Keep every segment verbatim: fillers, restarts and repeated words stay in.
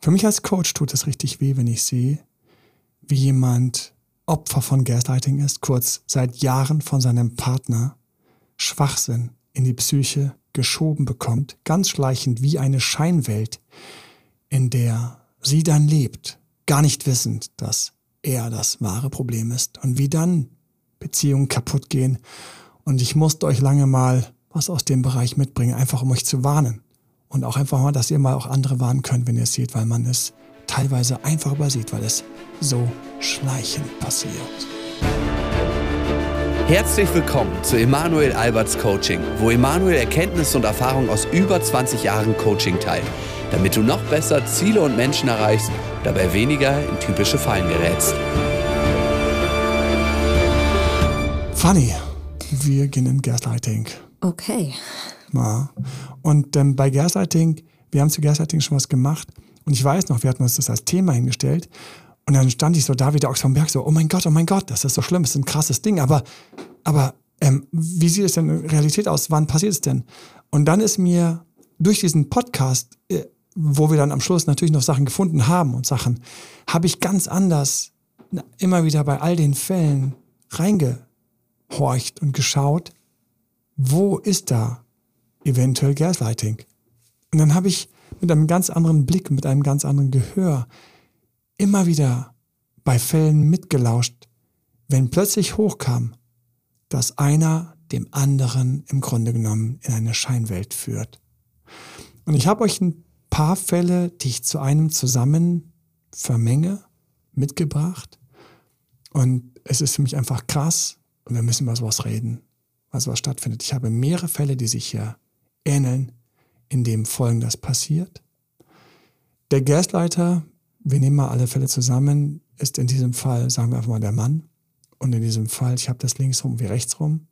Für mich als Coach tut es richtig weh, wenn ich sehe, wie jemand Opfer von Gaslighting ist, kurz seit Jahren von seinem Partner Schwachsinn in die Psyche geschoben bekommt, ganz schleichend wie eine Scheinwelt, in der sie dann lebt, gar nicht wissend, dass er das wahre Problem ist und wie dann Beziehungen kaputt gehen. Und ich musste euch lange mal was aus dem Bereich mitbringen, einfach um euch zu warnen. Und auch einfach mal, dass ihr mal auch andere warnen könnt, wenn ihr es seht, weil man es teilweise einfach übersieht, weil es so schleichend passiert. Herzlich willkommen zu Emanuel Alberts Coaching, wo Emanuel Erkenntnisse und Erfahrung aus über zwanzig Jahren Coaching teilt, damit du noch besser Ziele und Menschen erreichst, dabei weniger in typische Fallen gerätst. Fanny, wir gehen in Gaslighting. Okay. Ja. Und ähm, bei Gaslighting, wir haben zu Gaslighting schon was gemacht und ich weiß noch, wir hatten uns das als Thema hingestellt und dann stand ich so da wie der Ochs vom Berg so, oh mein Gott, oh mein Gott, das ist so schlimm, das ist ein krasses Ding, aber, aber ähm, wie sieht es denn in Realität aus, wann passiert es denn? Und dann ist mir durch diesen Podcast, äh, wo wir dann am Schluss natürlich noch Sachen gefunden haben und Sachen, habe ich ganz anders immer wieder bei all den Fällen reingehorcht und geschaut, wo ist da eventuell Gaslighting? Und dann habe ich mit einem ganz anderen Blick, mit einem ganz anderen Gehör immer wieder bei Fällen mitgelauscht, wenn plötzlich hochkam, dass einer dem anderen im Grunde genommen in eine Scheinwelt führt. Und ich habe euch ein paar Fälle, die ich zu einem zusammen vermenge, mitgebracht. Und es ist für mich einfach krass und wir müssen über sowas reden, was was stattfindet. Ich habe mehrere Fälle, die sich hier ähneln, in dem Folgendes passiert. Der Gaslighter, wir nehmen mal alle Fälle zusammen, ist in diesem Fall, sagen wir einfach mal, der Mann. Und in diesem Fall, ich habe das links rum wie rechts rum,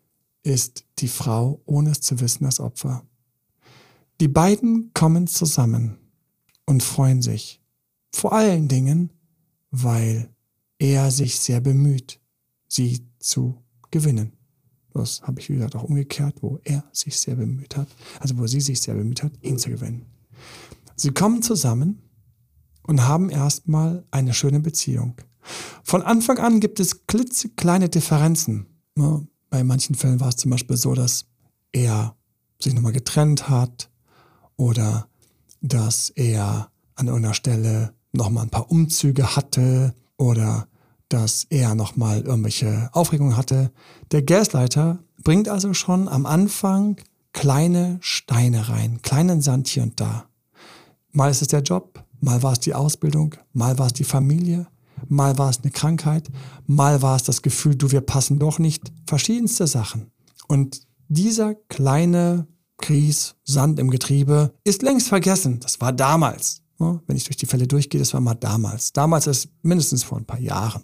ist die Frau, ohne es zu wissen, das Opfer. Die beiden kommen zusammen und freuen sich. Vor allen Dingen, weil er sich sehr bemüht, sie zu gewinnen. Das habe ich, wie gesagt, auch umgekehrt, wo er sich sehr bemüht hat, also wo sie sich sehr bemüht hat, ihn zu gewinnen. Sie kommen zusammen und haben erstmal eine schöne Beziehung. Von Anfang an gibt es klitzekleine Differenzen. Bei manchen Fällen war es zum Beispiel so, dass er sich nochmal getrennt hat oder dass er an irgendeiner Stelle nochmal ein paar Umzüge hatte oder dass er nochmal irgendwelche Aufregungen hatte. Der Gaslighter bringt also schon am Anfang kleine Steine rein, kleinen Sand hier und da. Mal ist es der Job, mal war es die Ausbildung, mal war es die Familie, mal war es eine Krankheit, mal war es das Gefühl, du, wir passen doch nicht. Verschiedenste Sachen. Und dieser kleine Kries, Sand im Getriebe, ist längst vergessen. Das war damals. Wenn ich durch die Fälle durchgehe, das war mal damals. Damals ist mindestens vor ein paar Jahren.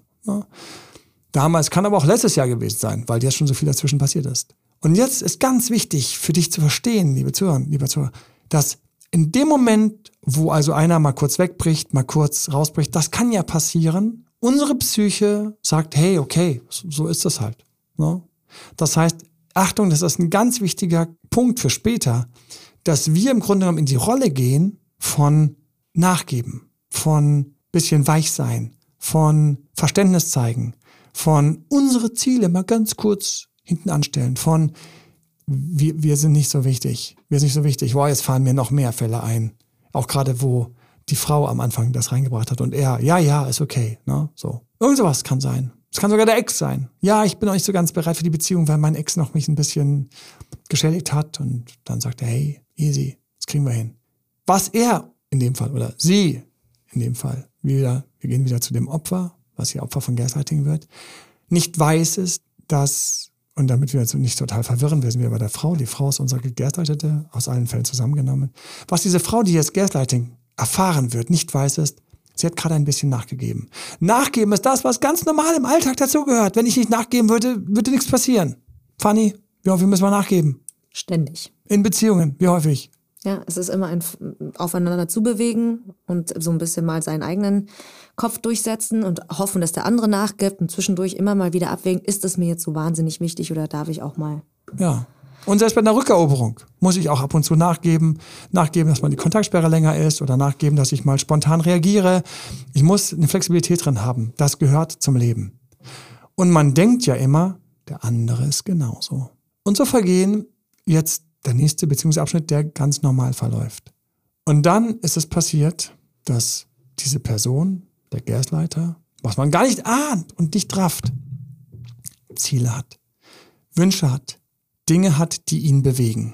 Damals kann aber auch letztes Jahr gewesen sein, weil jetzt schon so viel dazwischen passiert ist. Und jetzt ist ganz wichtig für dich zu verstehen, liebe Zuhörer, lieber Zuhörer, dass in dem Moment, wo also einer mal kurz wegbricht, mal kurz rausbricht, das kann ja passieren. Unsere Psyche sagt, hey, okay, so ist das halt. Das heißt, Achtung, das ist ein ganz wichtiger Punkt für später, dass wir im Grunde genommen in die Rolle gehen von Nachgeben, von bisschen weich sein, von Verständnis zeigen, von unsere Ziele mal ganz kurz hinten anstellen, von wir, wir sind nicht so wichtig, wir sind nicht so wichtig, wow, jetzt fallen mir noch mehr Fälle ein. Auch gerade, wo die Frau am Anfang das reingebracht hat und er, ja, ja, ist okay, ne, so. Irgend sowas kann sein. Es kann sogar der Ex sein. Ja, ich bin noch nicht so ganz bereit für die Beziehung, weil mein Ex noch mich ein bisschen geschädigt hat und dann sagt er, hey, easy, das kriegen wir hin. Was er in dem Fall oder sie in dem Fall, wieder, wir gehen wieder zu dem Opfer, was hier Opfer von Gaslighting wird, nicht weiß ist, dass, und damit wir jetzt nicht total verwirren, wir sind wieder bei der Frau, die Frau ist unsere Gaslightete, aus allen Fällen zusammengenommen. Was diese Frau, die jetzt Gaslighting erfahren wird, nicht weiß ist, sie hat gerade ein bisschen nachgegeben. Nachgeben ist das, was ganz normal im Alltag dazugehört. Wenn ich nicht nachgeben würde, würde nichts passieren. Fanny, wie häufig müssen wir nachgeben? Ständig. In Beziehungen, wie häufig? Ja, es ist immer ein Aufeinander zubewegen und so ein bisschen mal seinen eigenen Kopf durchsetzen und hoffen, dass der andere nachgibt und zwischendurch immer mal wieder abwägen, ist es mir jetzt so wahnsinnig wichtig oder darf ich auch mal? Ja. Und selbst bei einer Rückeroberung muss ich auch ab und zu nachgeben, nachgeben, dass man die Kontaktsperre länger ist oder nachgeben, dass ich mal spontan reagiere. Ich muss eine Flexibilität drin haben. Das gehört zum Leben. Und man denkt ja immer, der andere ist genauso. Und so vergehen jetzt der nächste Beziehungsabschnitt, der ganz normal verläuft. Und dann ist es passiert, dass diese Person, der Gaslighter, was man gar nicht ahnt und nicht rafft, Ziele hat, Wünsche hat, Dinge hat, die ihn bewegen.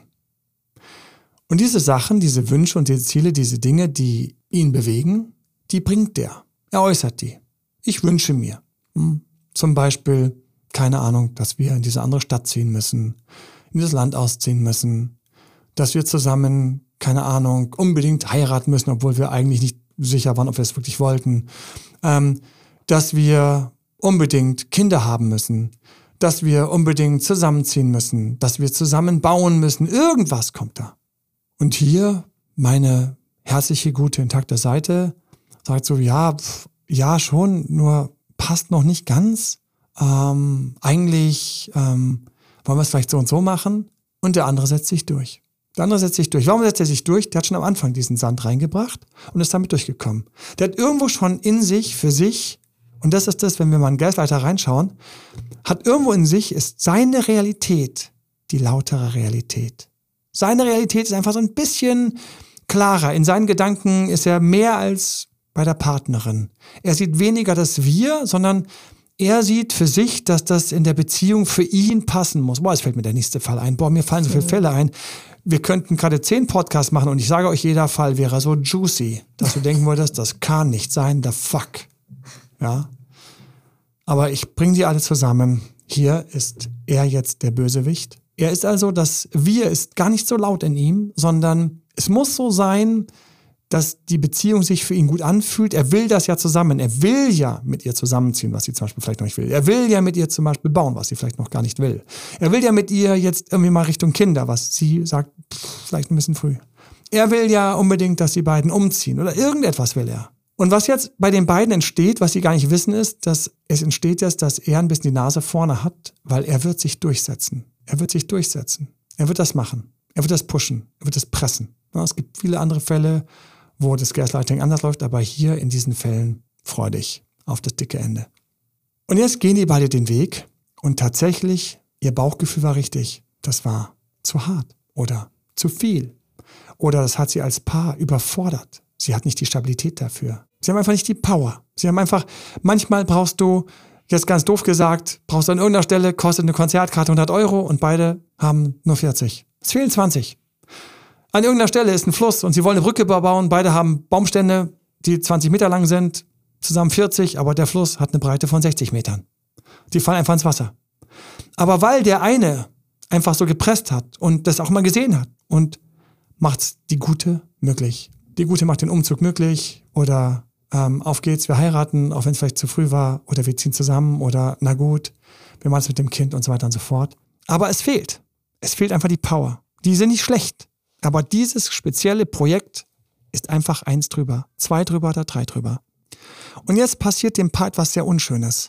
Und diese Sachen, diese Wünsche und diese Ziele, diese Dinge, die ihn bewegen, die bringt der. Er äußert die. Ich wünsche mir. Hm, zum Beispiel, keine Ahnung, dass wir in diese andere Stadt ziehen müssen, in dieses Land ausziehen müssen, dass wir zusammen, keine Ahnung, unbedingt heiraten müssen, obwohl wir eigentlich nicht sicher waren, ob wir es wirklich wollten, ähm, dass wir unbedingt Kinder haben müssen, dass wir unbedingt zusammenziehen müssen, dass wir zusammen bauen müssen. Irgendwas kommt da. Und hier meine herzliche, gute, intakte Seite sagt so, ja, pf, ja schon, nur passt noch nicht ganz. Ähm, eigentlich ähm, wollen wir es vielleicht so und so machen. Und der andere setzt sich durch. Der andere setzt sich durch. Warum setzt er sich durch? Der hat schon am Anfang diesen Sand reingebracht und ist damit durchgekommen. Der hat irgendwo schon in sich, für sich, und das ist das, wenn wir mal einen Gaslighter reinschauen, hat irgendwo in sich, ist seine Realität die lautere Realität. Seine Realität ist einfach so ein bisschen klarer. In seinen Gedanken ist er mehr als bei der Partnerin. Er sieht weniger das Wir, sondern er sieht für sich, dass das in der Beziehung für ihn passen muss. Boah, es fällt mir der nächste Fall ein. Boah, mir fallen so viele Fälle ein. Wir könnten gerade zehn Podcasts machen und ich sage euch, jeder Fall wäre so juicy, dass du denken würdest, das kann nicht sein, the fuck. Ja. Aber ich bringe die alle zusammen. Hier ist er jetzt der Bösewicht. Er ist also, das Wir ist gar nicht so laut in ihm, sondern es muss so sein, dass die Beziehung sich für ihn gut anfühlt. Er will das ja zusammen. Er will ja mit ihr zusammenziehen, was sie zum Beispiel vielleicht noch nicht will. Er will ja mit ihr zum Beispiel bauen, was sie vielleicht noch gar nicht will. Er will ja mit ihr jetzt irgendwie mal Richtung Kinder, was sie sagt, pff, vielleicht ein bisschen früh. Er will ja unbedingt, dass die beiden umziehen oder irgendetwas will er. Und was jetzt bei den beiden entsteht, was sie gar nicht wissen, ist, dass es entsteht jetzt, dass er ein bisschen die Nase vorne hat, weil er wird sich durchsetzen. Er wird sich durchsetzen. Er wird das machen. Er wird das pushen. Er wird das pressen. Ja, es gibt viele andere Fälle, wo das Gaslighting anders läuft, aber hier in diesen Fällen freu dich auf das dicke Ende. Und jetzt gehen die beide den Weg und tatsächlich, ihr Bauchgefühl war richtig. Das war zu hart oder zu viel. Oder das hat sie als Paar überfordert. Sie hat nicht die Stabilität dafür. Sie haben einfach nicht die Power. Sie haben einfach, manchmal brauchst du, jetzt ganz doof gesagt, brauchst du an irgendeiner Stelle, kostet eine Konzertkarte hundert Euro und beide haben nur vierzig. Es fehlen zwanzig. An irgendeiner Stelle ist ein Fluss und sie wollen eine Brücke bauen. Beide haben Baumstämme, die zwanzig Meter lang sind, zusammen vierzig, aber der Fluss hat eine Breite von sechzig Metern. Die fallen einfach ins Wasser. Aber weil der eine einfach so gepresst hat und das auch mal gesehen hat und macht die Gute möglich. Die Gute macht den Umzug möglich oder ähm, auf geht's, wir heiraten, auch wenn es vielleicht zu früh war oder wir ziehen zusammen oder na gut, wir machen es mit dem Kind und so weiter und so fort. Aber es fehlt. Es fehlt einfach die Power. Die sind nicht schlecht. Aber dieses spezielle Projekt ist einfach eins drüber, zwei drüber oder drei drüber. Und jetzt passiert dem Paar etwas sehr Unschönes.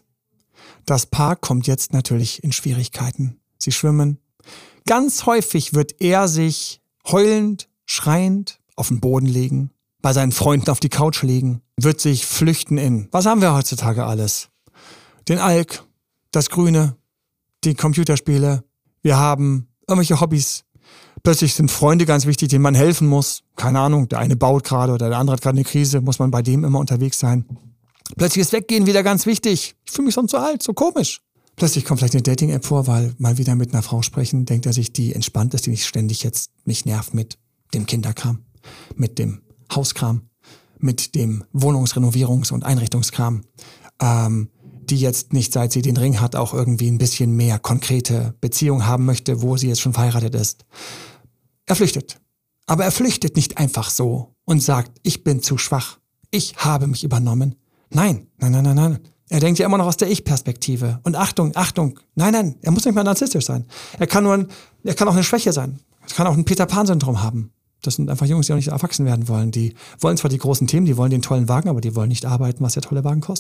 Das Paar kommt jetzt natürlich in Schwierigkeiten. Sie schwimmen. Ganz häufig wird er sich heulend, schreiend auf den Boden legen, bei seinen Freunden auf die Couch legen, wird sich flüchten in, was haben wir heutzutage alles? Den Alk, das Grüne, die Computerspiele, wir haben irgendwelche Hobbys. Plötzlich sind Freunde ganz wichtig, denen man helfen muss. Keine Ahnung, der eine baut gerade oder der andere hat gerade eine Krise, muss man bei dem immer unterwegs sein. Plötzlich ist Weggehen wieder ganz wichtig. Ich fühle mich sonst so alt, so komisch. Plötzlich kommt vielleicht eine Dating-App vor, weil mal wieder mit einer Frau sprechen, denkt er sich, die entspannt ist, die nicht ständig jetzt mich nervt mit dem Kinderkram, mit dem Hauskram, mit dem Wohnungsrenovierungs- und Einrichtungskram, ähm, die jetzt nicht, seit sie den Ring hat, auch irgendwie ein bisschen mehr konkrete Beziehung haben möchte, wo sie jetzt schon verheiratet ist. Er flüchtet. Aber er flüchtet nicht einfach so und sagt, ich bin zu schwach. Ich habe mich übernommen. Nein, nein, nein, nein, nein. Er denkt ja immer noch aus der Ich-Perspektive. Und Achtung, Achtung. Nein, nein, er muss nicht mal narzisstisch sein. Er kann nur ein, er kann auch eine Schwäche sein. Er kann auch ein Peter-Pan-Syndrom haben. Das sind einfach Jungs, die auch nicht erwachsen werden wollen. Die wollen zwar die großen Themen, die wollen den tollen Wagen, aber die wollen nicht arbeiten, was der tolle Wagen kostet.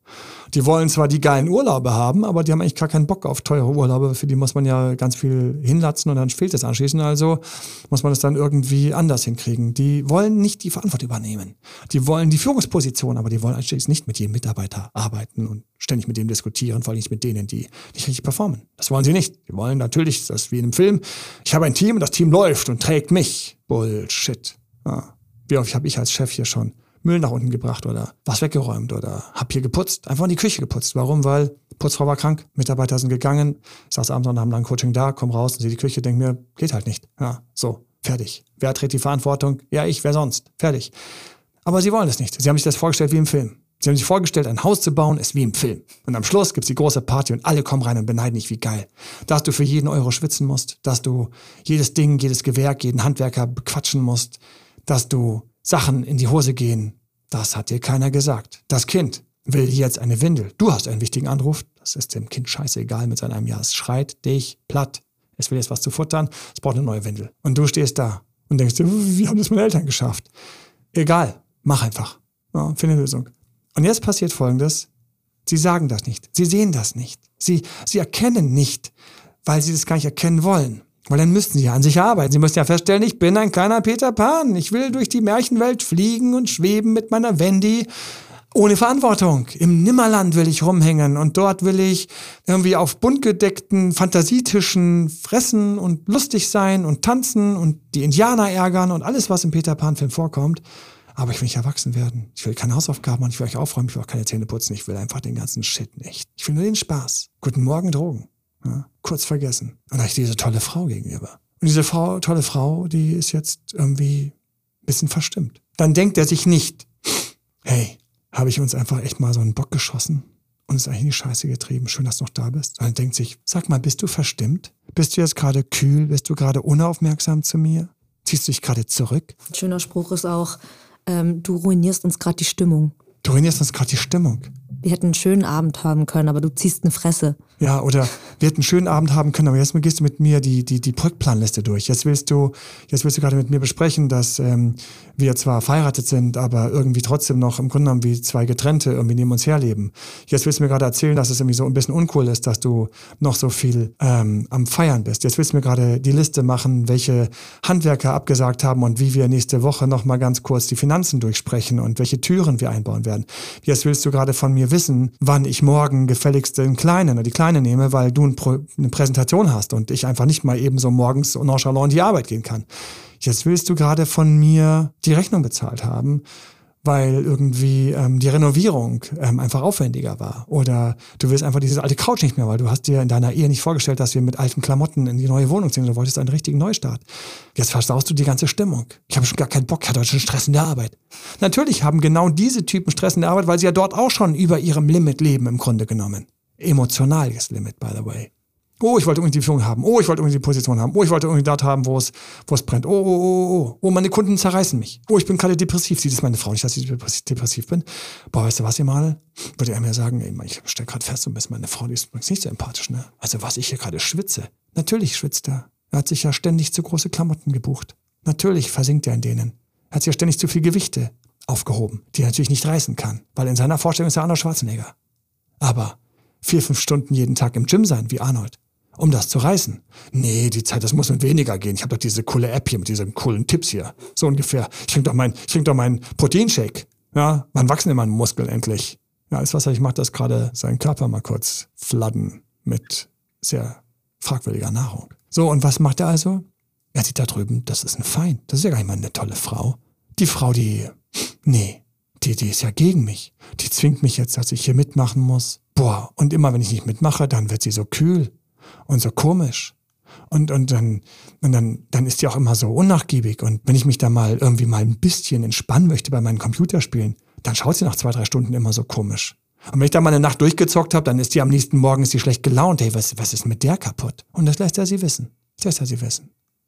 Die wollen zwar die geilen Urlaube haben, aber die haben eigentlich gar keinen Bock auf teure Urlaube. Für die muss man ja ganz viel hinlatzen und dann fehlt es anschließend. Also muss man es dann irgendwie anders hinkriegen. Die wollen nicht die Verantwortung übernehmen. Die wollen die Führungsposition, aber die wollen anschließend nicht mit jedem Mitarbeiter arbeiten und ständig mit dem diskutieren, vor allem nicht mit denen, die nicht richtig performen. Das wollen sie nicht. Die wollen natürlich, das ist wie in einem Film, ich habe ein Team und das Team läuft und trägt mich. Bullshit. Ja. Wie oft habe ich als Chef hier schon Müll nach unten gebracht oder was weggeräumt oder hab hier geputzt, einfach in die Küche geputzt. Warum? Weil Putzfrau war krank, Mitarbeiter sind gegangen, ich saß abends und haben dann Coaching da, komm raus und sehe die Küche, denk mir, geht halt nicht. Ja, so, fertig. Wer trägt die Verantwortung? Ja, ich, wer sonst? Fertig. Aber sie wollen es nicht. Sie haben sich das vorgestellt wie im Film. Sie haben sich vorgestellt, ein Haus zu bauen, ist wie im Film. Und am Schluss gibt's die große Party und alle kommen rein und beneiden dich, wie geil. Dass du für jeden Euro schwitzen musst, dass du jedes Ding, jedes Gewerk, jeden Handwerker bequatschen musst, dass du Sachen in die Hose gehen, das hat dir keiner gesagt. Das Kind will jetzt eine Windel. Du hast einen wichtigen Anruf. Das ist dem Kind scheißegal mit seinem Jahr. Es schreit dich platt. Es will jetzt was zu futtern. Es braucht eine neue Windel. Und du stehst da und denkst dir, wie haben das meine Eltern geschafft? Egal, mach einfach. Ja, finde eine Lösung. Und jetzt passiert Folgendes. Sie sagen das nicht. Sie sehen das nicht. Sie, sie erkennen nicht, weil sie das gar nicht erkennen wollen. Weil dann müssten sie ja an sich arbeiten. Sie müssen ja feststellen, ich bin ein kleiner Peter Pan. Ich will durch die Märchenwelt fliegen und schweben mit meiner Wendy. Ohne Verantwortung. Im Nimmerland will ich rumhängen und dort will ich irgendwie auf bunt gedeckten Fantasietischen fressen und lustig sein und tanzen und die Indianer ärgern und alles, was im Peter Pan-Film vorkommt. Aber ich will nicht erwachsen werden. Ich will keine Hausaufgaben machen, ich will euch aufräumen, ich will auch keine Zähne putzen. Ich will einfach den ganzen Shit nicht. Ich will nur den Spaß. Guten Morgen, Drogen. Ja, kurz vergessen. Und da habe ich diese tolle Frau gegenüber. Und diese Frau, tolle Frau, die ist jetzt irgendwie ein bisschen verstimmt. Dann denkt er sich nicht, hey, habe ich uns einfach echt mal so einen Bock geschossen und ist eigentlich in die Scheiße getrieben. Schön, dass du noch da bist. Und dann denkt sich, sag mal, bist du verstimmt? Bist du jetzt gerade kühl? Bist du gerade unaufmerksam zu mir? Ziehst du dich gerade zurück? Ein schöner Spruch ist auch, ähm, du ruinierst uns gerade die Stimmung. Du ruinierst uns gerade die Stimmung. Wir hätten einen schönen Abend haben können, aber du ziehst eine Fresse. Ja, oder wir hätten einen schönen Abend haben können, aber jetzt gehst du mit mir die, die, die Brückplanliste durch. Jetzt willst du, jetzt willst du gerade mit mir besprechen, dass ähm, wir zwar verheiratet sind, aber irgendwie trotzdem noch im Grunde genommen wie zwei Getrennte irgendwie neben uns herleben. Jetzt willst du mir gerade erzählen, dass es irgendwie so ein bisschen uncool ist, dass du noch so viel ähm, am Feiern bist. Jetzt willst du mir gerade die Liste machen, welche Handwerker abgesagt haben und wie wir nächste Woche noch mal ganz kurz die Finanzen durchsprechen und welche Türen wir einbauen werden. Jetzt willst du gerade von mir wissen, wann ich morgen gefälligst den Kleinen oder die Kleine nehme, weil du ein Pro- eine Präsentation hast und ich einfach nicht mal eben so morgens nonchalant in die Arbeit gehen kann. Jetzt willst du gerade von mir die Rechnung bezahlt haben, weil irgendwie ähm, die Renovierung ähm, einfach aufwendiger war. Oder du willst einfach diese alte Couch nicht mehr, weil du hast dir in deiner Ehe nicht vorgestellt, dass wir mit alten Klamotten in die neue Wohnung ziehen. Du wolltest einen richtigen Neustart. Jetzt versaust du die ganze Stimmung. Ich habe schon gar keinen Bock, ich hatte heute schon Stress in der Arbeit. Natürlich haben genau diese Typen Stress in der Arbeit, weil sie ja dort auch schon über ihrem Limit leben im Grunde genommen. Emotionales Limit, by the way. Oh, ich wollte irgendwie die Führung haben. Oh, ich wollte irgendwie die Position haben. Oh, ich wollte irgendwie dort haben, wo es, wo es brennt. Oh, oh, oh, oh. Oh, meine Kunden zerreißen mich. Oh, ich bin gerade depressiv. Sieht es meine Frau nicht, dass ich depressiv bin? Boah, weißt du was, Emanuel? Würde er mir sagen, ey, ich stelle gerade fest, du bist meine Frau, die ist übrigens nicht so empathisch, ne? Also was ich hier gerade schwitze. Natürlich schwitzt er. Er hat sich ja ständig zu große Klamotten gebucht. Natürlich versinkt er in denen. Er hat sich ja ständig zu viel Gewichte aufgehoben, die er natürlich nicht reißen kann. Weil in seiner Vorstellung ist er Arnold Schwarzenegger. Aber vier, fünf Stunden jeden Tag im Gym sein, wie Arnold, um das zu reißen. Nee, die Zeit, das muss mit weniger gehen. Ich habe doch diese coole App hier mit diesen coolen Tipps hier. So ungefähr. Ich trinke doch mein, ich trink doch meinen Proteinshake. Ja, wann wachsen denn meine Muskeln endlich? Ja, alles, was ich mache, das gerade seinen Körper mal kurz fladden mit sehr fragwürdiger Nahrung. So, und was macht er also? Er sieht da drüben, das ist ein Feind. Das ist ja gar nicht mal eine tolle Frau. Die Frau, die, nee, die, die ist ja gegen mich. Die zwingt mich jetzt, dass ich hier mitmachen muss. Boah, und immer wenn ich nicht mitmache, dann wird sie so kühl und so komisch. Und, und, dann, und dann, dann ist die auch immer so unnachgiebig. Und wenn ich mich da mal irgendwie mal ein bisschen entspannen möchte bei meinen Computerspielen, dann schaut sie nach zwei, drei Stunden immer so komisch. Und wenn ich da mal eine Nacht durchgezockt habe, dann ist die am nächsten Morgen ist die schlecht gelaunt. Hey, was, was ist mit der kaputt? Und das lässt er sie wissen. Das lässt er sie wissen.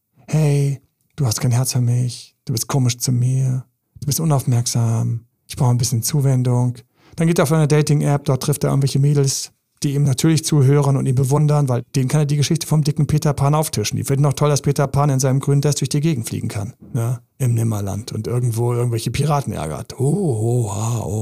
Hey, du hast kein Herz für mich. Du bist komisch zu mir. Du bist unaufmerksam. Ich brauche ein bisschen Zuwendung. Dann geht er auf eine Dating-App, dort trifft er irgendwelche Mädels, die ihm natürlich zuhören und ihn bewundern, weil denen kann er die Geschichte vom dicken Peter Pan auftischen. Die finden auch toll, dass Peter Pan in seinem grünen Dress durch die Gegend fliegen kann. Ja, im Nimmerland und irgendwo irgendwelche Piraten ärgert. Oh, oh, ah, oh.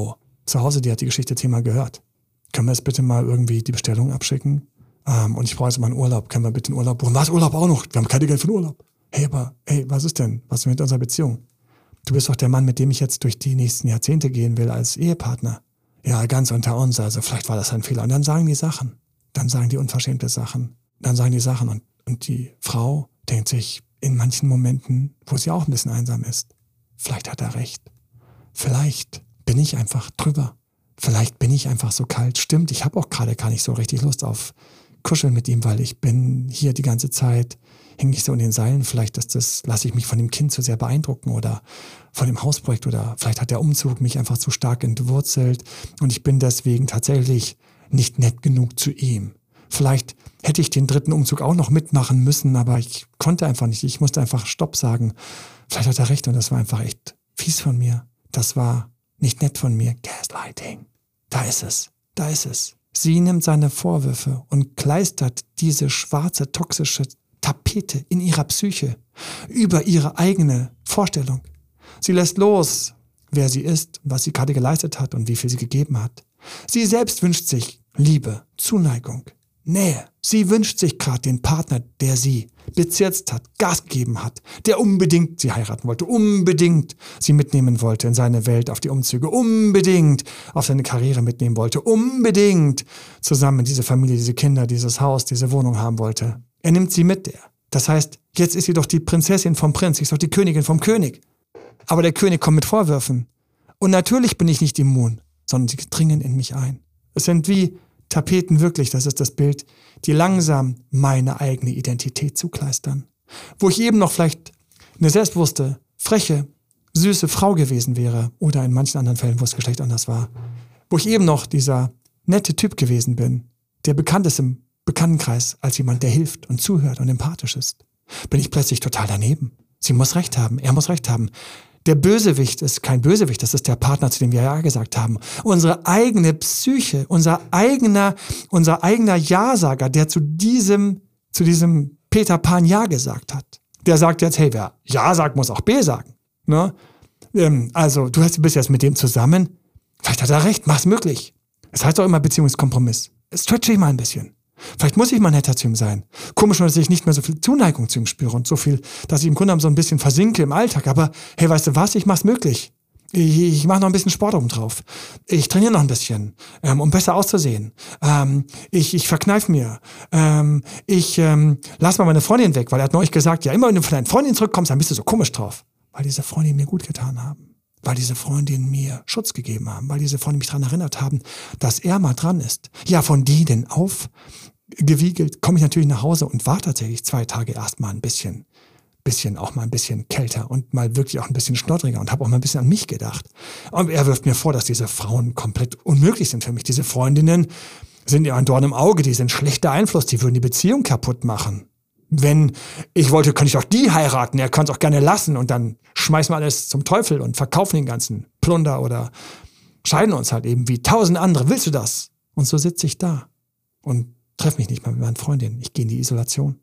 zu Hause, die hat die Geschichte zehnmal gehört. Können wir jetzt bitte mal irgendwie die Bestellung abschicken? Ähm, und ich brauche jetzt mal einen Urlaub. Können wir bitte einen Urlaub buchen? Was, Urlaub auch noch? Wir haben keine Geld für den Urlaub. Hey, aber, hey, was ist denn? Was ist mit unserer Beziehung? Du bist doch der Mann, mit dem ich jetzt durch die nächsten Jahrzehnte gehen will als Ehepartner. Ja, ganz unter uns, also vielleicht war das ein Fehler. Und dann sagen die Sachen. Dann sagen die unverschämte Sachen. Dann sagen die Sachen. Und, und die Frau denkt sich in manchen Momenten, wo sie auch ein bisschen einsam ist, vielleicht hat er recht. Vielleicht bin ich einfach drüber. Vielleicht bin ich einfach so kalt. Stimmt, ich habe auch gerade gar nicht so richtig Lust auf Kuscheln mit ihm, weil ich bin hier die ganze Zeit, hänge ich so in den Seilen. Vielleicht ist das, lasse ich mich von dem Kind zu sehr beeindrucken oder von dem Hausprojekt oder vielleicht hat der Umzug mich einfach zu stark entwurzelt und ich bin deswegen tatsächlich nicht nett genug zu ihm. Vielleicht hätte ich den dritten Umzug auch noch mitmachen müssen, aber ich konnte einfach nicht. Ich musste einfach Stopp sagen. Vielleicht hat er recht und das war einfach echt fies von mir. Das war nicht nett von mir. Gaslighting. Da ist es. Da ist es. Sie nimmt seine Vorwürfe und kleistert diese schwarze, toxische Tapete in ihrer Psyche über ihre eigene Vorstellung. Sie lässt los, wer sie ist, was sie gerade geleistet hat und wie viel sie gegeben hat. Sie selbst wünscht sich Liebe, Zuneigung, Nähe. Sie wünscht sich gerade den Partner, der sie bezirzt hat, Gas gegeben hat, der unbedingt sie heiraten wollte, unbedingt sie mitnehmen wollte in seine Welt, auf die Umzüge, unbedingt auf seine Karriere mitnehmen wollte, unbedingt zusammen diese Familie, diese Kinder, dieses Haus, diese Wohnung haben wollte. Er nimmt sie mit. Das heißt, jetzt ist sie doch die Prinzessin vom Prinz, sie ist doch die Königin vom König. Aber der König kommt mit Vorwürfen. Und natürlich bin ich nicht immun, sondern sie dringen in mich ein. Es sind wie Tapeten wirklich, das ist das Bild, die langsam meine eigene Identität zukleistern. Wo ich eben noch vielleicht eine selbstbewusste, freche, süße Frau gewesen wäre oder in manchen anderen Fällen, wo das Geschlecht anders war. Wo ich eben noch dieser nette Typ gewesen bin, der bekannt ist im Bekanntenkreis als jemand, der hilft und zuhört und empathisch ist. Bin ich plötzlich total daneben. Sie muss recht haben, er muss recht haben. Der Bösewicht ist kein Bösewicht, das ist der Partner, zu dem wir Ja gesagt haben. Unsere eigene Psyche, unser eigener, unser eigener Ja-Sager, der zu diesem, zu diesem Peter Pan Ja gesagt hat. Der sagt jetzt, hey, wer Ja sagt, muss auch B sagen. Ne? Ähm, also, du hast, bist jetzt mit dem zusammen, vielleicht hat er recht, mach's möglich. Es heißt doch immer Beziehungskompromiss. Stretch dich mal ein bisschen. Vielleicht muss ich mal netter zu ihm sein. Komisch nur, dass ich nicht mehr so viel Zuneigung zu ihm spüre und so viel, dass ich im Grunde genommen so ein bisschen versinke im Alltag. Aber hey, weißt du was, ich mach's möglich. Ich, ich mache noch ein bisschen Sport oben drauf. Ich trainiere noch ein bisschen, ähm, um besser auszusehen. Ähm, ich ich verkneif mir. Ähm, ich ähm, lass mal meine Freundin weg, weil er hat neulich gesagt, ja, immer wenn du von deinen Freundin zurückkommst, dann bist du so komisch drauf. Weil diese Freundin mir gut getan haben. Weil diese Freundinnen mir Schutz gegeben haben. Weil diese Freundinnen mich daran erinnert haben, dass er mal dran ist. Ja, von denen auf gewiegelt, komme ich natürlich nach Hause und war tatsächlich zwei Tage erstmal ein bisschen, bisschen auch mal ein bisschen kälter und mal wirklich auch ein bisschen schnoddriger und habe auch mal ein bisschen an mich gedacht. Und er wirft mir vor, dass diese Frauen komplett unmöglich sind für mich. Diese Freundinnen sind ja ein Dorn im Auge, die sind schlechter Einfluss, die würden die Beziehung kaputt machen. Wenn ich wollte, könnte ich auch die heiraten, er kann es auch gerne lassen und dann schmeißen wir alles zum Teufel und verkaufen den ganzen Plunder oder scheiden uns halt eben wie tausend andere. Willst du das? Und so sitze ich da und treffe mich nicht mal mit meinen Freundinnen. Ich gehe in die Isolation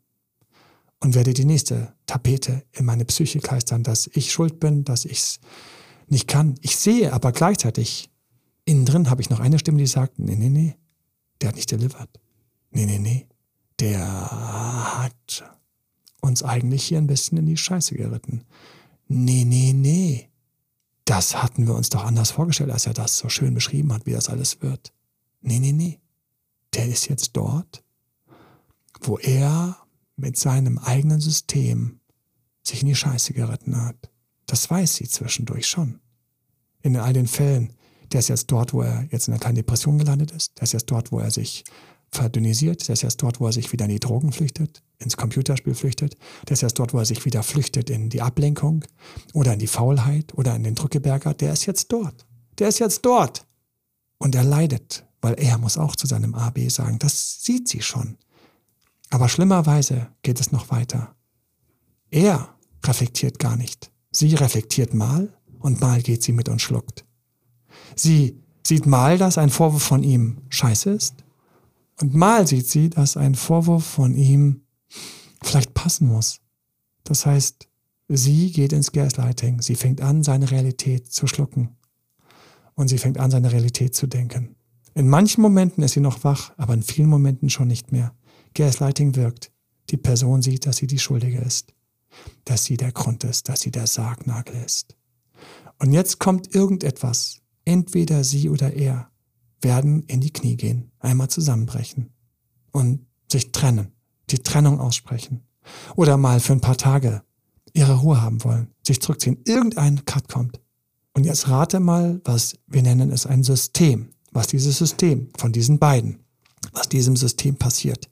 und werde die nächste Tapete in meine Psyche kleistern, dass ich schuld bin, dass ich es nicht kann. Ich sehe aber gleichzeitig, innen drin habe ich noch eine Stimme, die sagt, nee, nee, nee, der hat nicht delivered. Nee, nee, nee, der hat uns eigentlich hier ein bisschen in die Scheiße geritten. Nee, nee, nee, das hatten wir uns doch anders vorgestellt, als er das so schön beschrieben hat, wie das alles wird. Nee, nee, nee. Der ist jetzt dort, wo er mit seinem eigenen System sich in die Scheiße geritten hat. Das weiß sie zwischendurch schon. In all den Fällen, der ist jetzt dort, wo er jetzt in einer kleinen Depression gelandet ist. Der ist jetzt dort, wo er sich verdünnisiert. Der ist jetzt dort, wo er sich wieder in die Drogen flüchtet, ins Computerspiel flüchtet. Der ist jetzt dort, wo er sich wieder flüchtet in die Ablenkung oder in die Faulheit oder in den Drückeberger. Der ist jetzt dort. Der ist jetzt dort. Und er leidet. Weil er muss auch zu seinem A B sagen, das sieht sie schon. Aber schlimmerweise geht es noch weiter. Er reflektiert gar nicht. Sie reflektiert mal und mal geht sie mit und schluckt. Sie sieht mal, dass ein Vorwurf von ihm scheiße ist und mal sieht sie, dass ein Vorwurf von ihm vielleicht passen muss. Das heißt, sie geht ins Gaslighting. Sie fängt an, seine Realität zu schlucken. und sie fängt an, seine Realität zu denken. In manchen Momenten ist sie noch wach, aber in vielen Momenten schon nicht mehr. Gaslighting wirkt. Die Person sieht, dass sie die Schuldige ist, dass sie der Grund ist, dass sie der Sargnagel ist. Und jetzt kommt irgendetwas. Entweder sie oder er werden in die Knie gehen, einmal zusammenbrechen und sich trennen, die Trennung aussprechen. Oder mal für ein paar Tage ihre Ruhe haben wollen, sich zurückziehen. Irgendein Cut kommt. Und jetzt rate mal, was wir nennen es ein System. Was dieses System von diesen beiden, was diesem System passiert.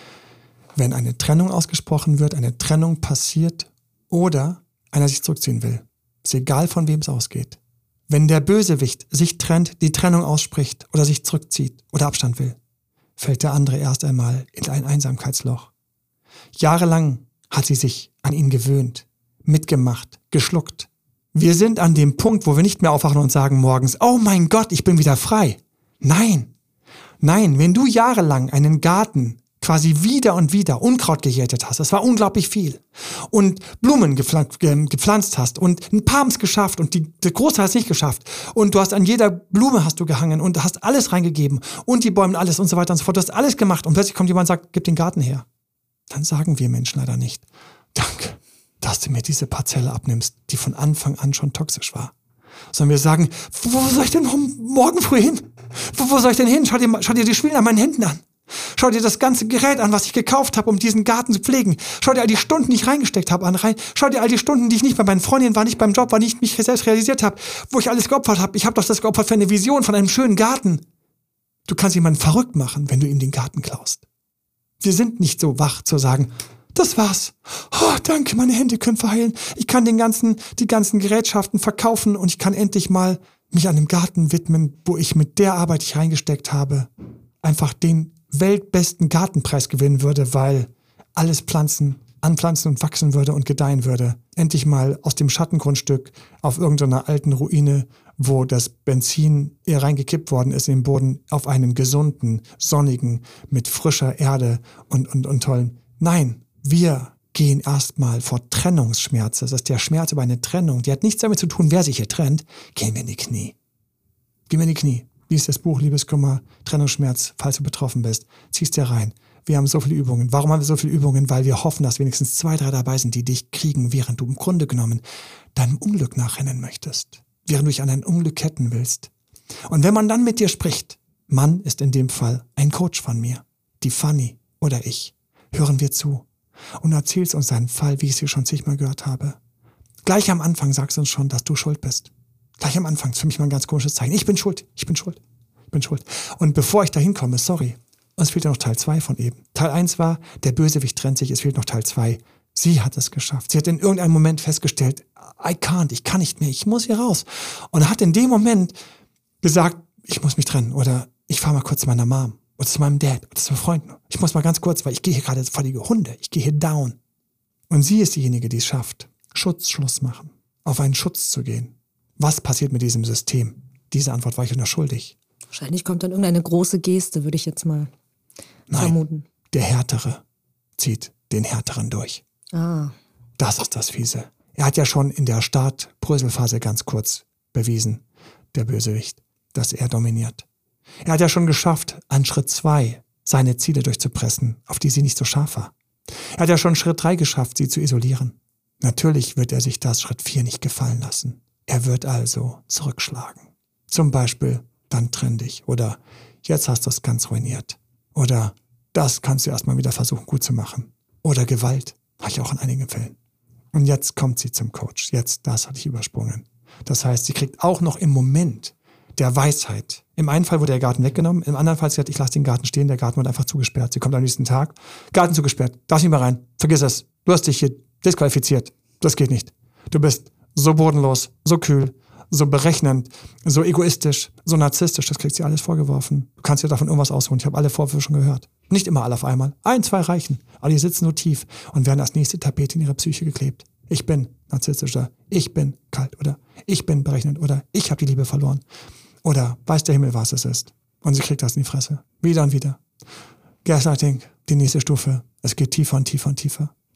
Wenn eine Trennung ausgesprochen wird, eine Trennung passiert oder einer sich zurückziehen will. Ist egal, von wem es ausgeht. Wenn der Bösewicht sich trennt, die Trennung ausspricht oder sich zurückzieht oder Abstand will, fällt der andere erst einmal in ein Einsamkeitsloch. Jahrelang hat sie sich an ihn gewöhnt, mitgemacht, geschluckt. Wir sind an dem Punkt, wo wir nicht mehr aufwachen und sagen morgens, oh mein Gott, ich bin wieder frei. Nein, nein, wenn du jahrelang einen Garten quasi wieder und wieder Unkraut gejätet hast, das war unglaublich viel, und Blumen gepflanzt, gepflanzt hast und ein Palms geschafft und die, der Großteil hat es nicht geschafft und du hast an jeder Blume hast du gehangen und hast alles reingegeben und die Bäume, alles und so weiter und so fort, du hast alles gemacht und plötzlich kommt jemand und sagt, gib den Garten her. Dann sagen wir Menschen leider nicht, danke, dass du mir diese Parzelle abnimmst, die von Anfang an schon toxisch war. Sondern wir sagen, wo, wo soll ich denn morgen früh hin? Wo, wo soll ich denn hin? Schau dir, schau dir die Schwielen an meinen Händen an. Schau dir das ganze Gerät an, was ich gekauft habe, um diesen Garten zu pflegen. Schau dir all die Stunden, die ich reingesteckt habe, an rein. Schau dir all die Stunden, die ich nicht bei meinen Freundinnen war, nicht beim Job war, nicht mich selbst realisiert habe, wo ich alles geopfert habe. Ich habe doch das geopfert für eine Vision von einem schönen Garten. Du kannst jemanden verrückt machen, wenn du ihm den Garten klaust. Wir sind nicht so wach zu sagen, das war's. Oh, danke, meine Hände können verheilen. Ich kann den ganzen, die ganzen Gerätschaften verkaufen und ich kann endlich mal mich an dem Garten widmen, wo ich mit der Arbeit, die ich reingesteckt habe, einfach den weltbesten Gartenpreis gewinnen würde, weil alles Pflanzen anpflanzen und wachsen würde und gedeihen würde. Endlich mal aus dem Schattengrundstück auf irgendeiner alten Ruine, wo das Benzin eher reingekippt worden ist in den Boden, auf einen gesunden, sonnigen, mit frischer Erde und, und, und tollen. Nein, wir gehen erstmal vor Trennungsschmerz. Das ist der Schmerz über eine Trennung. Die hat nichts damit zu tun, wer sich hier trennt. Gehen wir in die Knie. Gehen wir in die Knie. Lies das Buch Liebeskummer, Trennungsschmerz, falls du betroffen bist. Ziehst dir rein. Wir haben so viele Übungen. Warum haben wir so viele Übungen? Weil wir hoffen, dass wenigstens zwei, drei dabei sind, die dich kriegen, während du im Grunde genommen deinem Unglück nachrennen möchtest. Während du dich an dein Unglück ketten willst. Und wenn man dann mit dir spricht, Mann ist in dem Fall ein Coach von mir, die Fanny oder ich, hören wir zu und erzählst uns deinen Fall, wie ich es dir schon zigmal gehört habe. Gleich am Anfang sagst du uns schon, dass du schuld bist. Gleich am Anfang, das ist für mich mal ein ganz komisches Zeichen. Ich bin schuld, ich bin schuld, ich bin schuld. Und bevor ich da hinkomme, sorry, uns fehlt ja noch Teil zwei von eben. Teil eins war, der Bösewicht trennt sich, es fehlt noch Teil zwei. Sie hat es geschafft. Sie hat in irgendeinem Moment festgestellt, I can't, ich kann nicht mehr, ich muss hier raus. Und hat in dem Moment gesagt, ich muss mich trennen oder ich fahre mal kurz zu meiner Mom oder zu meinem Dad oder zu Freunden. Ich muss mal ganz kurz, weil ich gehe hier gerade vor die Hunde, ich gehe hier down. Und sie ist diejenige, die es schafft, Schutzschluss machen, auf einen Schutz zu gehen. Was passiert mit diesem System? Diese Antwort war ich noch schuldig. Wahrscheinlich kommt dann irgendeine große Geste, würde ich jetzt mal Nein, vermuten. Der Härtere zieht den Härteren durch. Ah. Das ist das Fiese. Er hat ja schon in der Start-Bröselphase ganz kurz bewiesen, der Bösewicht, dass er dominiert. Er hat ja schon geschafft, an Schritt zwei seine Ziele durchzupressen, auf die sie nicht so scharf war. Er hat ja schon Schritt drei geschafft, sie zu isolieren. Natürlich wird er sich das Schritt vier nicht gefallen lassen. Er wird also zurückschlagen. Zum Beispiel, dann trenn dich. Oder jetzt hast du es ganz ruiniert. Oder das kannst du erstmal wieder versuchen gut zu machen. Oder Gewalt. Habe ich auch in einigen Fällen. Und jetzt kommt sie zum Coach. Jetzt, das hatte ich übersprungen. Das heißt, sie kriegt auch noch im Moment der Weisheit. Im einen Fall wurde der Garten weggenommen, im anderen Fall, sie hat, ich lasse den Garten stehen, der Garten wird einfach zugesperrt. Sie kommt am nächsten Tag, Garten zugesperrt, darfst nicht mehr rein, vergiss es. Du hast dich hier disqualifiziert. Das geht nicht. Du bist so bodenlos, so kühl, so berechnend, so egoistisch, so narzisstisch, das kriegt sie alles vorgeworfen. Du kannst dir davon irgendwas ausholen. Ich habe alle Vorwürfe schon gehört. Nicht immer alle auf einmal. Ein, zwei reichen. Aber die sitzen so tief und werden als nächste Tapete in ihre Psyche geklebt. Ich bin narzisstischer, ich bin kalt oder ich bin berechnend oder ich habe die Liebe verloren. Oder weiß der Himmel, was es ist. Und sie kriegt das in die Fresse. Wieder und wieder. Gaslighting, die nächste Stufe. Es geht tiefer und tiefer und tiefer.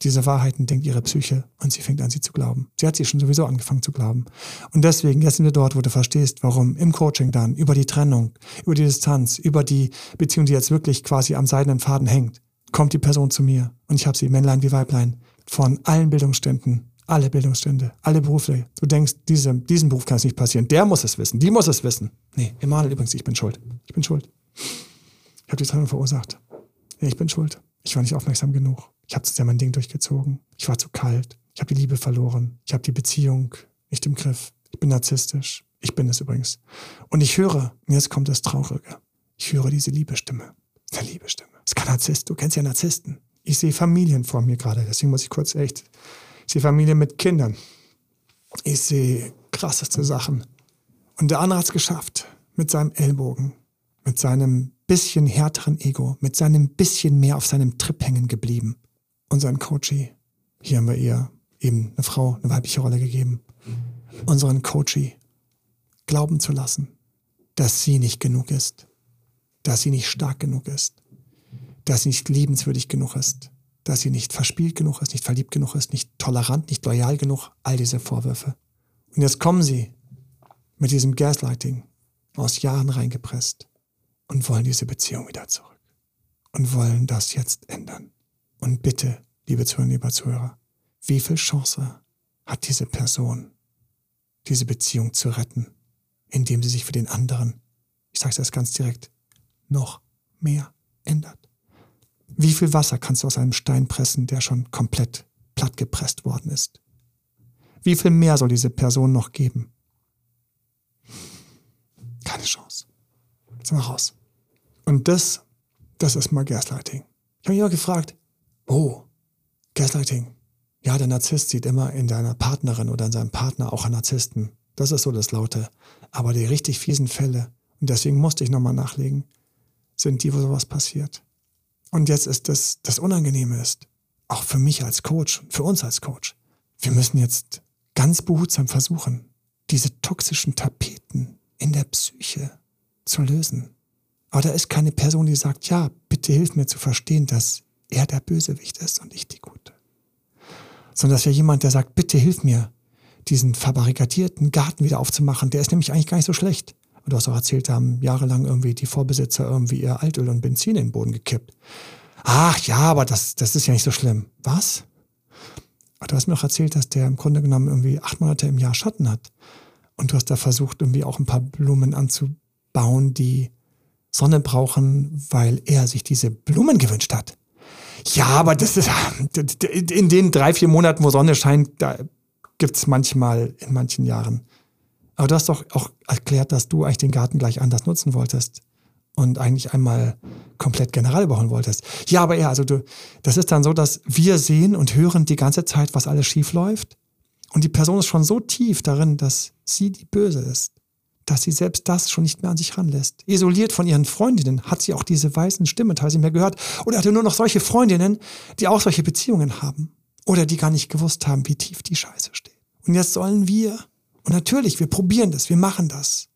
diese Wahrheiten denkt ihre Psyche und sie fängt an, sie zu glauben. Sie hat sie schon sowieso angefangen zu glauben. Und deswegen, jetzt sind wir dort, wo du verstehst, warum im Coaching dann über die Trennung, über die Distanz, über die Beziehung, die jetzt wirklich quasi am seidenen Faden hängt, kommt die Person zu mir und ich habe sie, Männlein wie Weiblein, von allen Bildungsständen, alle Bildungsstände, alle Berufe. Du denkst, diese, diesen Beruf kann es nicht passieren. Der muss es wissen, die muss es wissen. Nee, Emanuel, übrigens, ich bin schuld. Ich bin schuld. Ich habe die Trennung verursacht. Ja, ich bin schuld. Ich war nicht aufmerksam genug. Ich habe zu sehr mein Ding durchgezogen. Ich war zu kalt. Ich habe die Liebe verloren. Ich habe die Beziehung nicht im Griff. Ich bin narzisstisch. Ich bin es übrigens. Und ich höre, und jetzt kommt das Traurige, ich höre diese Liebestimme. Das ist eine Liebestimme. Das ist kein Narzisst. Du kennst ja Narzissten. Ich sehe Familien vor mir gerade. Deswegen muss ich kurz echt, ich sehe Familien mit Kindern. Ich sehe krasseste Sachen. Und der andere hat es geschafft. Mit seinem Ellbogen. Mit seinem bisschen härteren Ego. Mit seinem bisschen mehr auf seinem Trip hängen geblieben. Unseren Coachie, hier haben wir ihr eben eine Frau, eine weibliche Rolle gegeben, unseren Coachie glauben zu lassen, dass sie nicht genug ist, dass sie nicht stark genug ist, dass sie nicht liebenswürdig genug ist, dass sie nicht verspielt genug ist, nicht verliebt genug ist, nicht tolerant, nicht loyal genug, all diese Vorwürfe. Und jetzt kommen sie mit diesem Gaslighting aus Jahren reingepresst und wollen diese Beziehung wieder zurück und wollen das jetzt ändern. Und bitte, liebe Zuhörer, liebe Zuhörer, wie viel Chance hat diese Person, diese Beziehung zu retten, indem sie sich für den anderen, ich sage es jetzt ganz direkt, noch mehr ändert? Wie viel Wasser kannst du aus einem Stein pressen, der schon komplett plattgepresst worden ist? Wie viel mehr soll diese Person noch geben? Keine Chance. Jetzt sind wir raus. Und das, das ist mal Gaslighting. Ich habe mich immer gefragt, oh, Gaslighting. Ja, der Narzisst sieht immer in deiner Partnerin oder in seinem Partner auch einen Narzissten. Das ist so das Laute. Aber die richtig fiesen Fälle, und deswegen musste ich nochmal nachlegen, sind die, wo sowas passiert. Und jetzt ist das, das Unangenehme ist, auch für mich als Coach, für uns als Coach, wir müssen jetzt ganz behutsam versuchen, diese toxischen Tapeten in der Psyche zu lösen. Aber da ist keine Person, die sagt, ja, bitte hilf mir zu verstehen, dass er der Bösewicht ist und ich die Gute. Sondern das wäre jemand, der sagt, bitte hilf mir, diesen verbarrikadierten Garten wieder aufzumachen. Der ist nämlich eigentlich gar nicht so schlecht. Und du hast auch erzählt, da haben jahrelang irgendwie die Vorbesitzer irgendwie ihr Altöl und Benzin in den Boden gekippt. Ach ja, aber das, das ist ja nicht so schlimm. Was? Aber du hast mir auch erzählt, dass der im Grunde genommen irgendwie acht Monate im Jahr Schatten hat. Und du hast da versucht, irgendwie auch ein paar Blumen anzubauen, die Sonne brauchen, weil er sich diese Blumen gewünscht hat. Ja, aber das ist in den drei, vier Monaten, wo Sonne scheint, da gibt es manchmal in manchen Jahren. Aber du hast doch auch erklärt, dass du eigentlich den Garten gleich anders nutzen wolltest und eigentlich einmal komplett general überholen wolltest. Ja, aber ja, also du, das ist dann so, dass wir sehen und hören die ganze Zeit, was alles schief läuft. Und die Person ist schon so tief darin, dass sie die Böse ist, dass sie selbst das schon nicht mehr an sich ranlässt. Isoliert von ihren Freundinnen hat sie auch diese weißen Stimmen teilweise nicht mehr gehört oder hatte nur noch solche Freundinnen, die auch solche Beziehungen haben oder die gar nicht gewusst haben, wie tief die Scheiße steht. Und jetzt sollen wir, und natürlich, wir probieren das, wir machen das.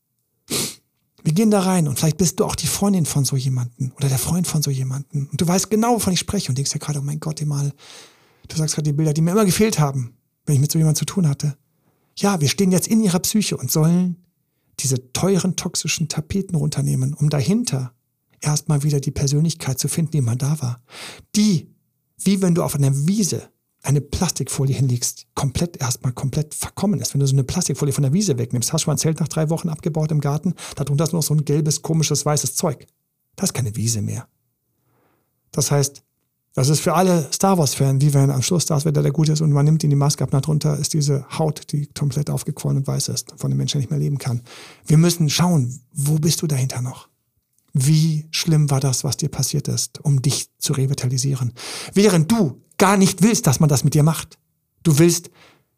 Wir gehen da rein und vielleicht bist du auch die Freundin von so jemandem oder der Freund von so jemandem und du weißt genau, wovon ich spreche und denkst ja gerade, oh mein Gott, mal, du sagst gerade die Bilder, die mir immer gefehlt haben, wenn ich mit so jemandem zu tun hatte. Ja, wir stehen jetzt in ihrer Psyche und sollen diese teuren, toxischen Tapeten runternehmen, um dahinter erstmal wieder die Persönlichkeit zu finden, die mal da war. Die, wie wenn du auf einer Wiese eine Plastikfolie hinlegst, komplett erstmal komplett verkommen ist. Wenn du so eine Plastikfolie von der Wiese wegnimmst, hast du ein Zelt nach drei Wochen abgebaut im Garten, darunter ist nur noch so ein gelbes, komisches, weißes Zeug. Das ist keine Wiese mehr. Das heißt, das ist für alle Star Wars-Fans, wie wenn am Schluss Darth Vader der Gute ist und man nimmt ihn die Maske ab, darunter ist diese Haut, die komplett aufgequollen und weiß ist, von dem Menschen nicht mehr leben kann. Wir müssen schauen, wo bist du dahinter noch? Wie schlimm war das, was dir passiert ist, um dich zu revitalisieren? Während du gar nicht willst, dass man das mit dir macht. Du willst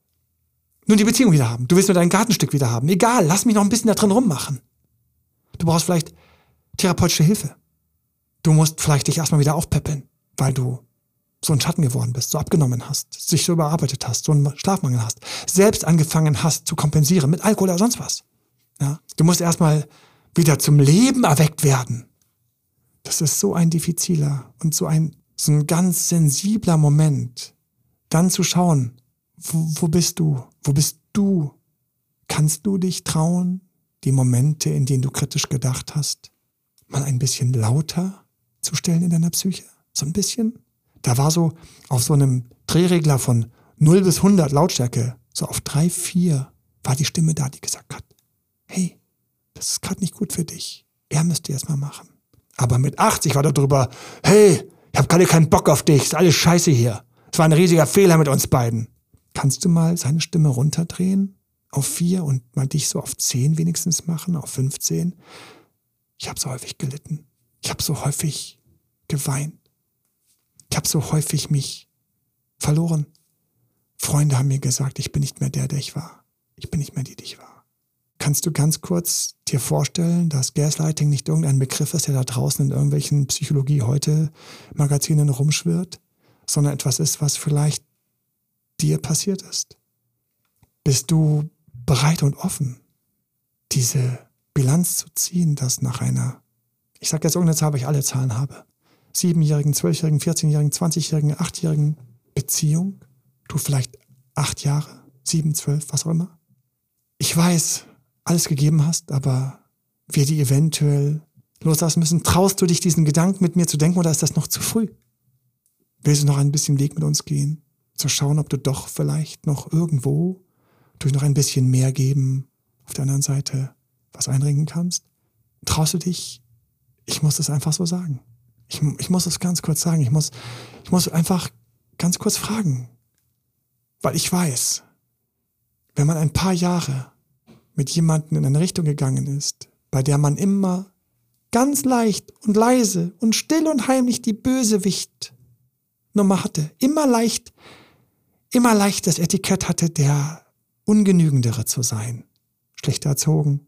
nur die Beziehung wieder haben. Du willst nur dein Gartenstück wieder haben. Egal, lass mich noch ein bisschen da drin rummachen. Du brauchst vielleicht therapeutische Hilfe. Du musst vielleicht dich erstmal wieder aufpäppeln, weil du so ein Schatten geworden bist, so abgenommen hast, dich so überarbeitet hast, so einen Schlafmangel hast, selbst angefangen hast zu kompensieren mit Alkohol oder sonst was. Ja? Du musst erstmal wieder zum Leben erweckt werden. Das ist so ein diffiziler und so ein, so ein ganz sensibler Moment, dann zu schauen, wo, wo bist du? Wo bist du? Kannst du dich trauen, die Momente, in denen du kritisch gedacht hast, mal ein bisschen lauter zu stellen in deiner Psyche? So ein bisschen? Da war so auf so einem Drehregler von null bis hundert Lautstärke, so auf drei, vier war die Stimme da, die gesagt hat, hey, das ist gerade nicht gut für dich. Er müsste jetzt mal machen. Aber mit achtzig war da drüber, hey, ich habe gerade keinen Bock auf dich, ist alles scheiße hier. Es war ein riesiger Fehler mit uns beiden. Kannst du mal seine Stimme runterdrehen auf vier und mal dich so auf zehn wenigstens machen, auf fünfzehn? Ich habe so häufig gelitten. Ich habe so häufig geweint. Ich habe so häufig mich verloren. Freunde haben mir gesagt, ich bin nicht mehr der, der ich war. Ich bin nicht mehr die, die ich war. Kannst du ganz kurz dir vorstellen, dass Gaslighting nicht irgendein Begriff ist, der da draußen in irgendwelchen Psychologie-heute-Magazinen rumschwirrt, sondern etwas ist, was vielleicht dir passiert ist? Bist du bereit und offen, diese Bilanz zu ziehen, dass nach einer, ich sage jetzt irgendeine Zahl, weil ich alle Zahlen habe, siebenjährigen, zwölfjährigen, vierzehnjährigen, zwanzigjährigen, achtjährigen Beziehung, du vielleicht acht Jahre, sieben, zwölf, was auch immer, ich weiß, alles gegeben hast, aber wir die eventuell loslassen müssen. Traust du dich, diesen Gedanken mit mir zu denken, oder ist das noch zu früh? Willst du noch ein bisschen Weg mit uns gehen? Zu schauen, ob du doch vielleicht noch irgendwo durch noch ein bisschen mehr geben, auf der anderen Seite was einringen kannst? Traust du dich? Ich muss es einfach so sagen. Ich, ich muss es ganz kurz sagen. Ich muss, ich muss einfach ganz kurz fragen. Weil ich weiß, wenn man ein paar Jahre mit jemandem in eine Richtung gegangen ist, bei der man immer ganz leicht und leise und still und heimlich die Bösewicht-Nummer hatte, immer leicht, immer leicht das Etikett hatte, der Ungenügendere zu sein, schlechter erzogen,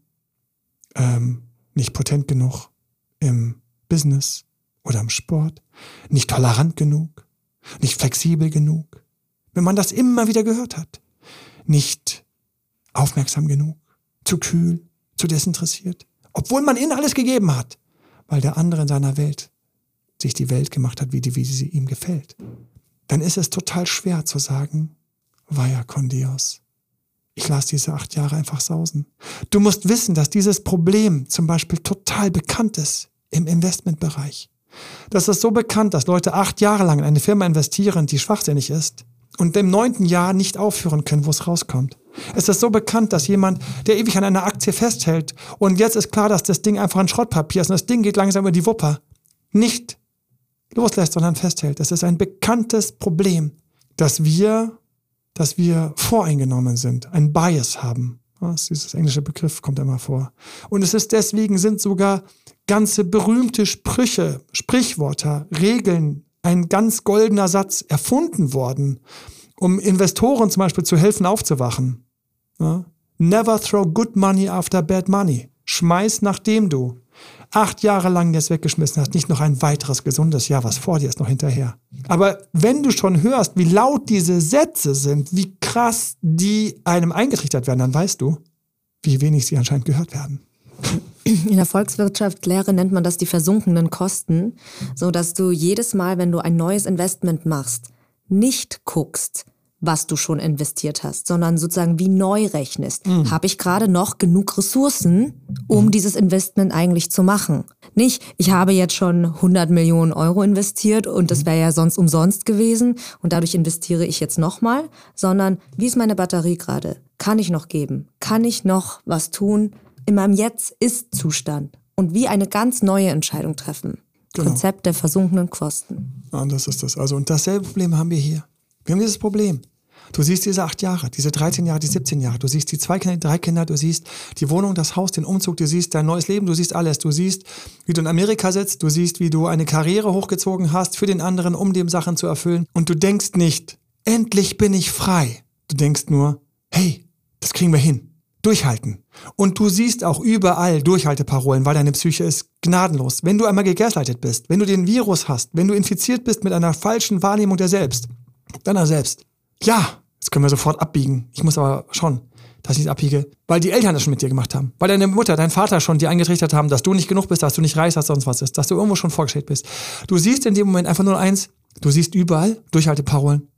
ähm, nicht potent genug im Business oder im Sport, nicht tolerant genug, nicht flexibel genug. Wenn man das immer wieder gehört hat, nicht aufmerksam genug, zu kühl, zu desinteressiert, obwohl man ihnen alles gegeben hat, weil der andere in seiner Welt sich die Welt gemacht hat, wie, die, wie sie ihm gefällt, dann ist es total schwer zu sagen, vaya con Dios, ich lasse diese acht Jahre einfach sausen. Du musst wissen, dass dieses Problem zum Beispiel total bekannt ist im Investmentbereich. Das ist so bekannt, dass Leute acht Jahre lang in eine Firma investieren, die schwachsinnig ist, und im neunten Jahr nicht aufhören können, wo es rauskommt. Es ist so bekannt, dass jemand, der ewig an einer Aktie festhält und jetzt ist klar, dass das Ding einfach ein Schrottpapier ist und das Ding geht langsam über die Wupper, nicht loslässt, sondern festhält. Das ist ein bekanntes Problem, dass wir, dass wir voreingenommen sind, ein Bias haben. Das, dieses englische Begriff kommt immer vor. Und es ist deswegen, sind sogar ganze berühmte Sprüche, Sprichwörter, Regeln, ein ganz goldener Satz erfunden worden, um Investoren zum Beispiel zu helfen, aufzuwachen. Ja? Never throw good money after bad money. Schmeiß, nachdem du acht Jahre lang jetzt weggeschmissen hast, nicht noch ein weiteres gesundes Jahr, was vor dir ist, noch hinterher. Aber wenn du schon hörst, wie laut diese Sätze sind, wie krass die einem eingetrichtert werden, dann weißt du, wie wenig sie anscheinend gehört werden. In der Volkswirtschaftslehre nennt man das die versunkenen Kosten, so dass du jedes Mal, wenn du ein neues Investment machst, nicht guckst, was du schon investiert hast, sondern sozusagen wie neu rechnest. Mhm. Habe ich gerade noch genug Ressourcen, um mhm. dieses Investment eigentlich zu machen? Nicht, ich habe jetzt schon hundert Millionen Euro investiert und das wäre ja sonst umsonst gewesen und dadurch investiere ich jetzt nochmal, sondern wie ist meine Batterie gerade? Kann ich noch geben? Kann ich noch was tun? In meinem Jetzt-Ist-Zustand und wie eine ganz neue Entscheidung treffen. Genau. Konzept der versunkenen Kosten. Ja, das ist das. Also, und dasselbe Problem haben wir hier. Wir haben dieses Problem. Du siehst diese acht Jahre, diese dreizehn Jahre, die siebzehn Jahre. Du siehst die zwei Kinder, die drei Kinder. Du siehst die Wohnung, das Haus, den Umzug. Du siehst dein neues Leben. Du siehst alles. Du siehst, wie du in Amerika sitzt. Du siehst, wie du eine Karriere hochgezogen hast für den anderen, um dem Sachen zu erfüllen. Und du denkst nicht, endlich bin ich frei. Du denkst nur, hey, das kriegen wir hin. Durchhalten. Und du siehst auch überall Durchhalteparolen, weil deine Psyche ist gnadenlos. Wenn du einmal gegaslightet bist, wenn du den Virus hast, wenn du infiziert bist mit einer falschen Wahrnehmung der selbst, deiner selbst. Ja, das können wir sofort abbiegen. Ich muss aber schon, dass ich es abbiege, weil die Eltern das schon mit dir gemacht haben. Weil deine Mutter, dein Vater schon dir eingetrichtert haben, dass du nicht genug bist, dass du nicht reich, dass sonst was ist, dass du irgendwo schon vorgestellt bist. Du siehst in dem Moment einfach nur eins, du siehst überall Durchhalteparolen.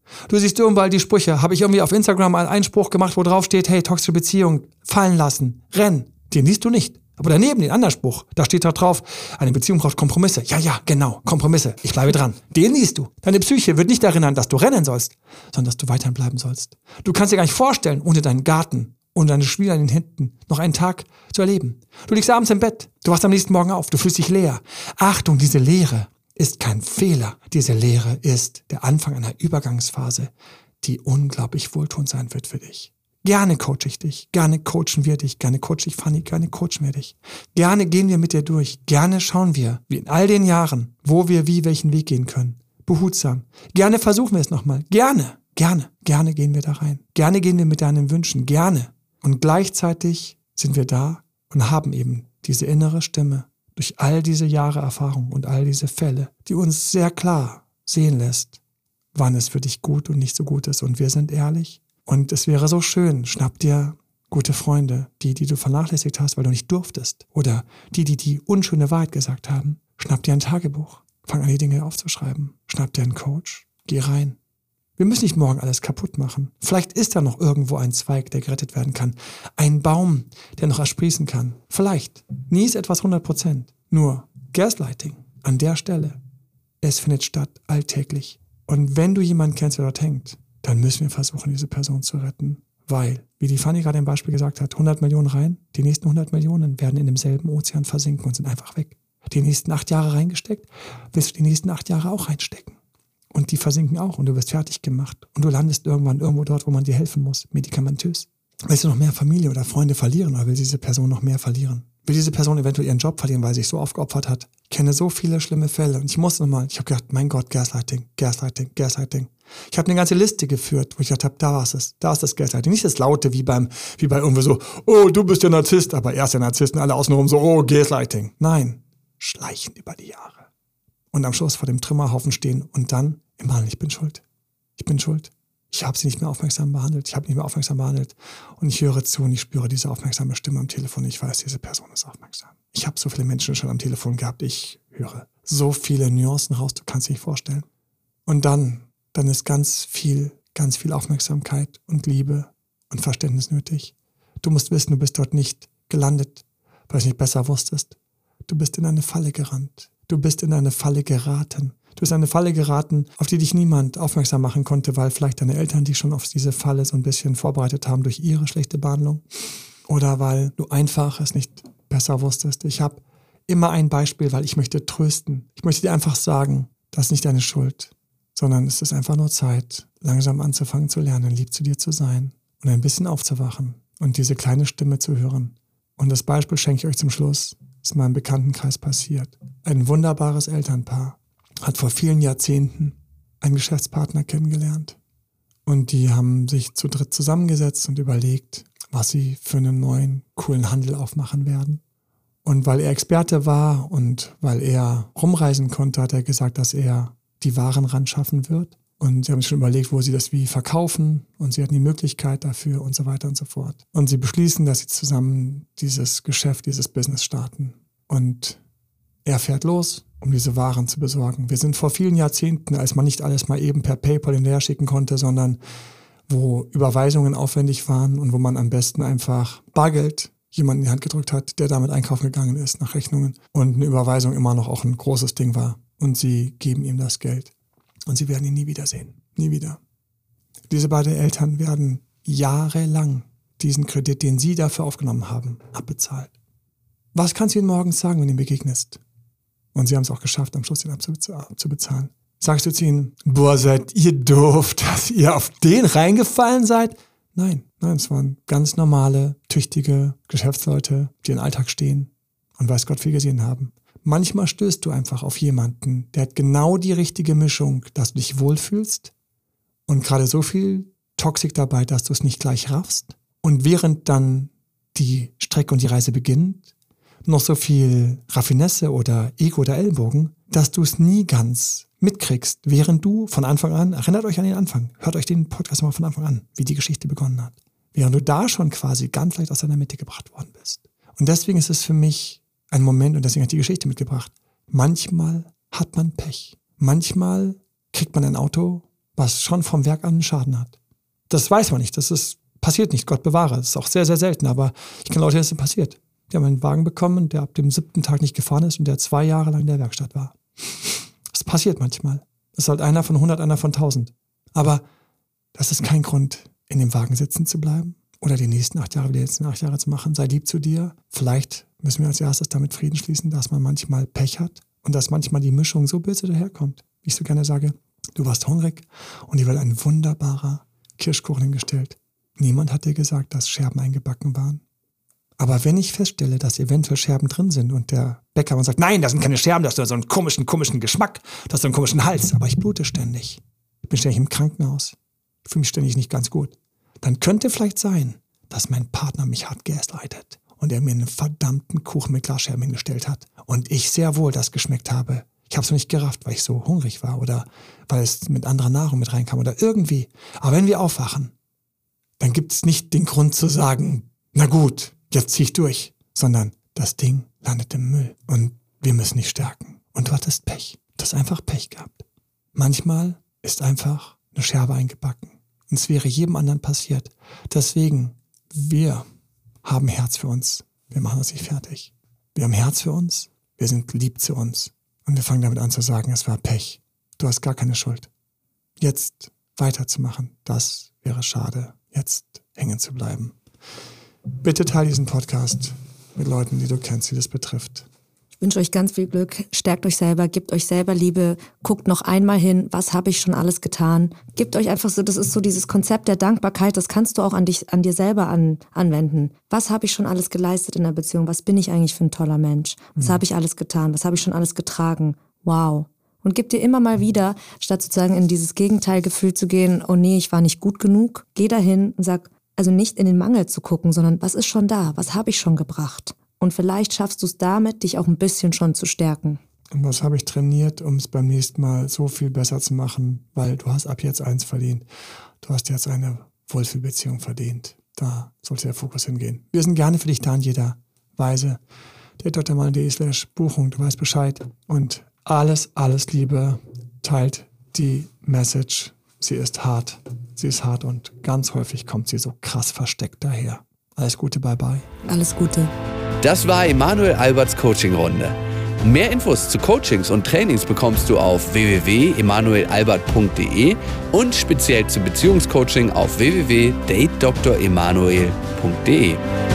Du siehst überall die Sprüche. Habe ich irgendwie auf Instagram einen Spruch gemacht, wo drauf steht, hey, toxische Beziehung, fallen lassen, rennen. Den liest du nicht. Aber daneben den anderen Spruch, da steht da drauf, eine Beziehung braucht Kompromisse. Ja, ja, genau, Kompromisse. Ich bleibe dran. Den liest du. Deine Psyche wird nicht erinnern, dass du rennen sollst, sondern dass du weiterhin bleiben sollst. Du kannst dir gar nicht vorstellen, ohne deinen Garten und deine Spiele an den Händen noch einen Tag zu erleben. Du liegst abends im Bett, du wachst am nächsten Morgen auf, du fühlst dich leer. Achtung, diese Leere ist kein Fehler. Diese Leere ist der Anfang einer Übergangsphase, die unglaublich wohltuend sein wird für dich. Gerne coache ich dich, gerne coachen wir dich, gerne coache ich Fanny, gerne coachen wir dich. Gerne gehen wir mit dir durch, gerne schauen wir, wie in all den Jahren, wo wir wie welchen Weg gehen können. Behutsam. Gerne versuchen wir es nochmal. Gerne, gerne, gerne gehen wir da rein. Gerne gehen wir mit deinen Wünschen, gerne. Und gleichzeitig sind wir da und haben eben diese innere Stimme durch all diese Jahre Erfahrung und all diese Fälle, die uns sehr klar sehen lässt, wann es für dich gut und nicht so gut ist. Und wir sind ehrlich. Und es wäre so schön, schnapp dir gute Freunde, die, die du vernachlässigt hast, weil du nicht durftest. Oder die, die die unschöne Wahrheit gesagt haben. Schnapp dir ein Tagebuch. Fang an, die Dinge aufzuschreiben. Schnapp dir einen Coach. Geh rein. Wir müssen nicht morgen alles kaputt machen. Vielleicht ist da noch irgendwo ein Zweig, der gerettet werden kann. Ein Baum, der noch ersprießen kann. Vielleicht. Nie ist etwas hundert Prozent. Nur Gaslighting an der Stelle. Es findet statt alltäglich. Und wenn du jemanden kennst, der dort hängt, dann müssen wir versuchen, diese Person zu retten. Weil, wie die Fanny gerade im Beispiel gesagt hat, hundert Millionen rein, die nächsten hundert Millionen werden in demselben Ozean versinken und sind einfach weg. Die nächsten acht Jahre reingesteckt, wirst du die nächsten acht Jahre auch reinstecken. Und die versinken auch und du wirst fertig gemacht. Und du landest irgendwann irgendwo dort, wo man dir helfen muss, medikamentös. Willst du noch mehr Familie oder Freunde verlieren oder will diese Person noch mehr verlieren? Will diese Person eventuell ihren Job verlieren, weil sie sich so aufgeopfert hat? Ich kenne so viele schlimme Fälle und ich muss nochmal, ich habe gedacht, mein Gott, Gaslighting, Gaslighting, Gaslighting. Ich habe eine ganze Liste geführt, wo ich gedacht habe, da war es, da ist das Gaslighting. Nicht das Laute wie beim, wie bei irgendwie so, oh, du bist der Narzisst, aber er ist der Narzisst und alle außenrum so, oh, Gaslighting. Nein, schleichend über die Jahre. Und am Schluss vor dem Trümmerhaufen stehen und dann, immer, ich bin schuld. Ich bin schuld. Ich habe sie nicht mehr aufmerksam behandelt. Ich habe nicht mehr aufmerksam behandelt. Und ich höre zu und ich spüre diese aufmerksame Stimme am Telefon. Ich weiß, diese Person ist aufmerksam. Ich habe so viele Menschen schon am Telefon gehabt. Ich höre so viele Nuancen raus, du kannst dir nicht vorstellen. Und dann, dann ist ganz viel, ganz viel Aufmerksamkeit und Liebe und Verständnis nötig. Du musst wissen, du bist dort nicht gelandet, weil du es nicht besser wusstest. Du bist in eine Falle gerannt. Du bist in eine Falle geraten. Du bist in eine Falle geraten, auf die dich niemand aufmerksam machen konnte, weil vielleicht deine Eltern dich schon auf diese Falle so ein bisschen vorbereitet haben durch ihre schlechte Behandlung. Oder weil du einfach es nicht besser wusstest. Ich habe immer ein Beispiel, weil ich möchte trösten. Ich möchte dir einfach sagen, das ist nicht deine Schuld, sondern es ist einfach nur Zeit, langsam anzufangen zu lernen, lieb zu dir zu sein und ein bisschen aufzuwachen und diese kleine Stimme zu hören. Und das Beispiel schenke ich euch zum Schluss. Das ist in meinem Bekanntenkreis passiert. Ein wunderbares Elternpaar hat vor vielen Jahrzehnten einen Geschäftspartner kennengelernt. Und die haben sich zu dritt zusammengesetzt und überlegt, was sie für einen neuen, coolen Handel aufmachen werden. Und weil er Experte war und weil er rumreisen konnte, hat er gesagt, dass er die Waren ran schaffen wird. Und sie haben sich schon überlegt, wo sie das wie verkaufen. Und sie hatten die Möglichkeit dafür und so weiter und so fort. Und sie beschließen, dass sie zusammen dieses Geschäft, dieses Business starten. Und er fährt los, um diese Waren zu besorgen. Wir sind vor vielen Jahrzehnten, als man nicht alles mal eben per PayPal hinterher schicken konnte, sondern wo Überweisungen aufwendig waren und wo man am besten einfach Bargeld jemanden in die Hand gedrückt hat, der damit einkaufen gegangen ist nach Rechnungen und eine Überweisung immer noch auch ein großes Ding war. Und sie geben ihm das Geld. Und sie werden ihn nie wiedersehen. Nie wieder. Diese beiden Eltern werden jahrelang diesen Kredit, den sie dafür aufgenommen haben, abbezahlt. Was kannst du ihnen morgens sagen, wenn du ihm begegnest? Und sie haben es auch geschafft, am Schluss den abzubezahlen. Sagst du zu ihnen, boah, seid ihr doof, dass ihr auf den reingefallen seid? Nein, nein, es waren ganz normale, tüchtige Geschäftsleute, die im Alltag stehen und weiß Gott viel gesehen haben. Manchmal stößt du einfach auf jemanden, der hat genau die richtige Mischung, dass du dich wohlfühlst und gerade so viel Toxik dabei, dass du es nicht gleich raffst. Und während dann die Strecke und die Reise beginnt, noch so viel Raffinesse oder Ego oder Ellbogen, dass du es nie ganz mitkriegst, während du von Anfang an, erinnert euch an den Anfang, hört euch den Podcast mal von Anfang an, wie die Geschichte begonnen hat, während du da schon quasi ganz leicht aus deiner Mitte gebracht worden bist. Und deswegen ist es für mich ein Moment, und deswegen habe ich die Geschichte mitgebracht, manchmal hat man Pech. Manchmal kriegt man ein Auto was schon vom Werk an einen Schaden hat. Das weiß man nicht, das ist, passiert nicht, Gott bewahre. Das ist auch sehr, sehr selten, aber ich kenne Leute, das ist passiert. Die haben einen Wagen bekommen, der ab dem siebten Tag nicht gefahren ist und der zwei Jahre lang in der Werkstatt war. Das passiert manchmal. Das ist halt einer von hundert, einer von tausend. Aber das ist kein Grund, in dem Wagen sitzen zu bleiben oder die nächsten acht Jahre, die letzten acht Jahre zu machen. Sei lieb zu dir. Vielleicht müssen wir als erstes damit Frieden schließen, dass man manchmal Pech hat und dass manchmal die Mischung so böse daherkommt. Wie ich so gerne sage, du warst hungrig und dir wurde ein wunderbarer Kirschkuchen hingestellt. Niemand hat dir gesagt, dass Scherben eingebacken waren. Aber wenn ich feststelle, dass eventuell Scherben drin sind und der Bäcker sagt, nein, das sind keine Scherben, das hat so einen komischen, komischen Geschmack, das hat so einen komischen Hals, aber ich blute ständig. Ich bin ständig im Krankenhaus. Ich fühle mich ständig nicht ganz gut. Dann könnte vielleicht sein, dass mein Partner mich hart gaslightet und er mir einen verdammten Kuchen mit Glasscherben hingestellt hat und ich sehr wohl das geschmeckt habe. Ich habe es noch nicht gerafft, weil ich so hungrig war oder weil es mit anderer Nahrung mit reinkam oder irgendwie. Aber wenn wir aufwachen, dann gibt es nicht den Grund zu sagen, na gut, jetzt zieh ich durch, sondern das Ding landet im Müll und wir müssen nicht stärken. Und du hattest Pech. Du hast einfach Pech gehabt. Manchmal ist einfach eine Scherbe eingebacken. Und es wäre jedem anderen passiert. Deswegen, wir haben Herz für uns. Wir machen uns nicht fertig. Wir haben Herz für uns. Wir sind lieb zu uns. Und wir fangen damit an zu sagen, es war Pech. Du hast gar keine Schuld. Jetzt weiterzumachen, das wäre schade. Jetzt hängen zu bleiben. Bitte teile diesen Podcast mit Leuten, die du kennst, die das betrifft. Ich wünsche euch ganz viel Glück, stärkt euch selber, gebt euch selber Liebe, guckt noch einmal hin, was habe ich schon alles getan. Gebt euch einfach so, das ist so dieses Konzept der Dankbarkeit, das kannst du auch an dich, an dir selber an, anwenden. Was habe ich schon alles geleistet in der Beziehung? Was bin ich eigentlich für ein toller Mensch? Was mhm. habe ich alles getan? Was habe ich schon alles getragen? Wow. Und gib dir immer mal wieder, statt sozusagen in dieses Gegenteilgefühl zu gehen, oh nee, ich war nicht gut genug, geh dahin und sag, also nicht in den Mangel zu gucken, sondern was ist schon da? Was habe ich schon gebracht? Und vielleicht schaffst du es damit, dich auch ein bisschen schon zu stärken. Und was habe ich trainiert, um es beim nächsten Mal so viel besser zu machen? Weil du hast ab jetzt eins verdient. Du hast jetzt eine Wohlfühlbeziehung verdient. Da sollte der Fokus hingehen. Wir sind gerne für dich da in jeder Weise. der drmal.de slash Buchung, du weißt Bescheid. Und alles, alles Liebe, teilt die Message. Sie ist hart. Sie ist hart und ganz häufig kommt sie so krass versteckt daher. Alles Gute, bye bye. Alles Gute. Das war Emanuel Alberts Coaching-Runde. Mehr Infos zu Coachings und Trainings bekommst du auf w w w punkt emanuel albert punkt d e und speziell zum Beziehungscoaching auf w w w punkt date dr emanuel punkt d e.